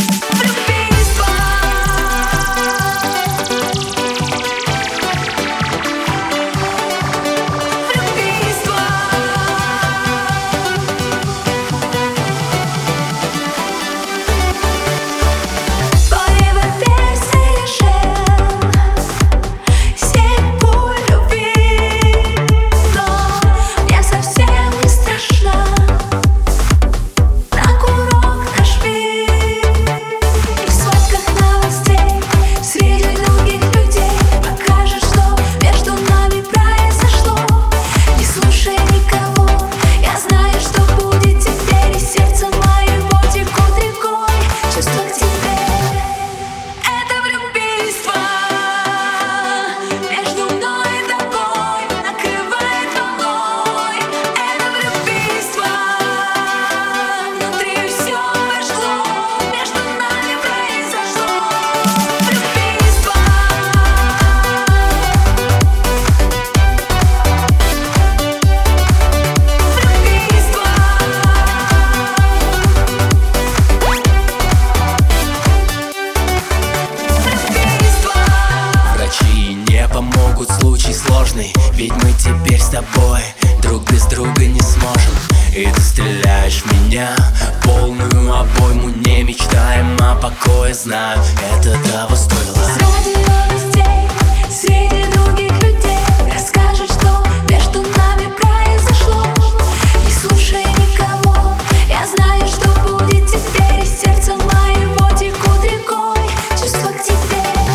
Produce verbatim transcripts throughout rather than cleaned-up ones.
Помогут случай сложный, ведь мы теперь с тобой друг без друга не сможем. И ты стреляешь в меня полную обойму, не мечтаем о покое, знаю, это того стоило. Среди новостей, среди других людей расскажешь, что между нами произошло. Не слушай никого, я знаю, что будет теперь. Из сердца моего текут рекой чувства к тебе.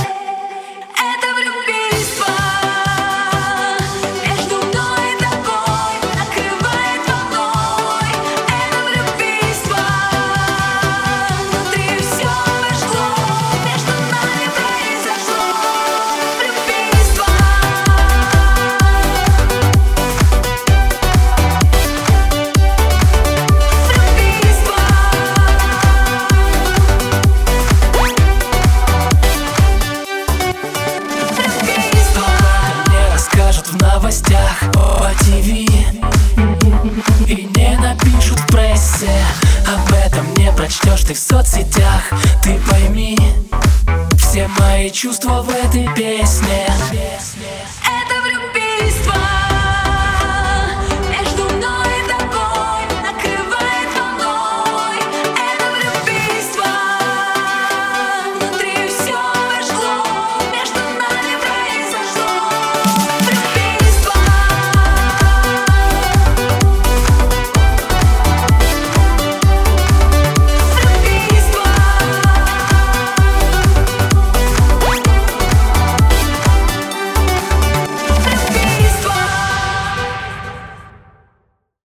В новостях по ТВ и не напишут в прессе. Об этом не прочтешь ты в соцсетях. Ты пойми, все мои чувства в этой песне. Это влюбийство.